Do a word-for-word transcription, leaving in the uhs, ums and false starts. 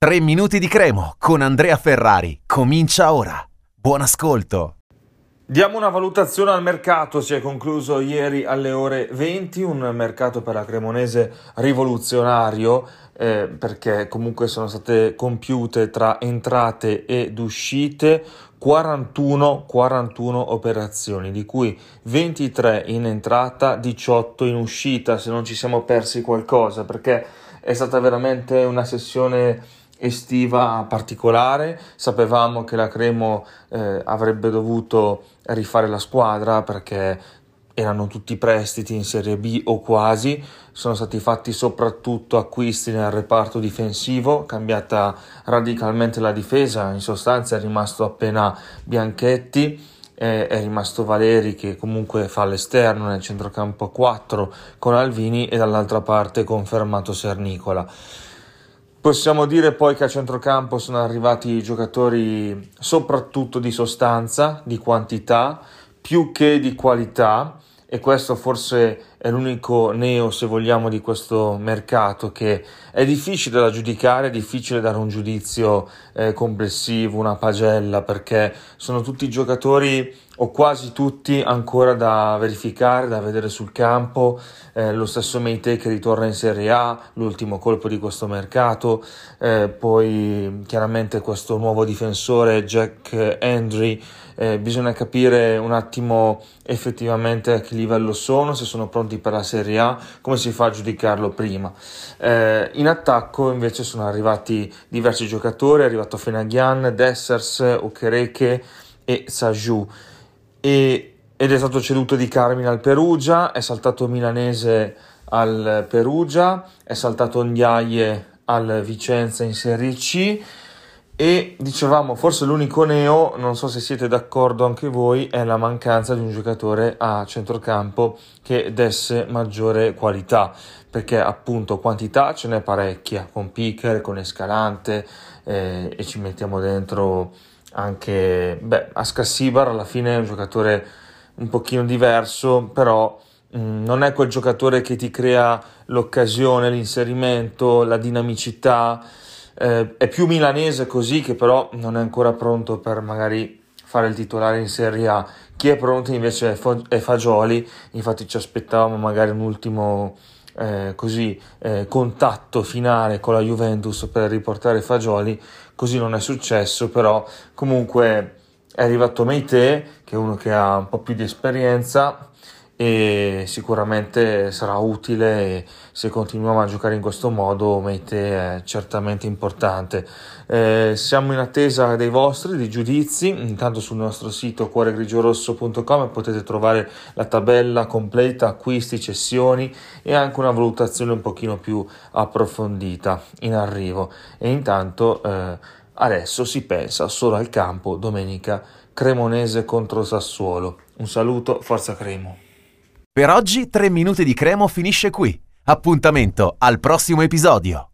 tre minuti di Cremo con Andrea Ferrari. Comincia ora. Buon ascolto. Diamo una valutazione al mercato. Si è concluso ieri alle ore venti, un mercato per la Cremonese rivoluzionario eh, perché comunque sono state compiute tra entrate ed uscite quarantuno, quarantuno operazioni, di cui ventitré in entrata, diciotto in uscita, se non ci siamo persi qualcosa, perché è stata veramente una sessione estiva particolare. Sapevamo che la Cremo eh, avrebbe dovuto rifare la squadra perché erano tutti prestiti in Serie B o quasi, sono stati fatti soprattutto acquisti nel reparto difensivo, cambiata radicalmente la difesa, in sostanza è rimasto appena Bianchetti, eh, è rimasto Valeri che comunque fa l'esterno nel centrocampo a quattro con Alvini e dall'altra parte confermato Sernicola. Possiamo dire poi che a centrocampo sono arrivati giocatori soprattutto di sostanza, di quantità, più che di qualità, e questo forse è l'unico neo, se vogliamo, di questo mercato, che è difficile da giudicare, è difficile dare un giudizio eh, complessivo, una pagella, perché sono tutti giocatori o quasi tutti ancora da verificare, da vedere sul campo. Eh, lo stesso Meite che ritorna in Serie A, l'ultimo colpo di questo mercato, eh, poi chiaramente questo nuovo difensore Jack Hendry, eh, bisogna capire un attimo effettivamente a che livello sono, se sono pronti per la Serie A, come si fa a giudicarlo prima. Eh, in attacco invece sono arrivati diversi giocatori, è arrivato Fenaghian, Dessers, Okereke e Sajou, e ed è stato ceduto Di Carmine al Perugia, è saltato Milanese al Perugia, è saltato Ndiaye al Vicenza in Serie C, e dicevamo forse l'unico neo, non so se siete d'accordo anche voi, è la mancanza di un giocatore a centrocampo che desse maggiore qualità, perché appunto quantità ce n'è parecchia, con Picker, con Escalante, eh, e ci mettiamo dentro anche beh, Ascassibar. Alla fine è un giocatore un pochino diverso, però mh, non è quel giocatore che ti crea l'occasione, l'inserimento, la dinamicità, eh, è più milanese così, che però non è ancora pronto per magari fare il titolare in Serie A. Chi è pronto invece è, Fo- è Fagioli, infatti ci aspettavamo magari un ultimo eh, così eh, contatto finale con la Juventus per riportare Fagioli, così non è successo, però comunque è arrivato Meite, che è uno che ha un po' più di esperienza e sicuramente sarà utile, e se continuiamo a giocare in questo modo Meite è certamente importante. Eh, siamo in attesa dei vostri di giudizi. Intanto sul nostro sito cuoregrigiorosso punto com potete trovare la tabella completa, acquisti, cessioni e anche una valutazione un pochino più approfondita in arrivo. E intanto eh, adesso si pensa solo al campo domenica Cremonese contro Sassuolo. Un saluto, forza Cremo. Per oggi tre minuti di Cremo finisce qui. Appuntamento al prossimo episodio.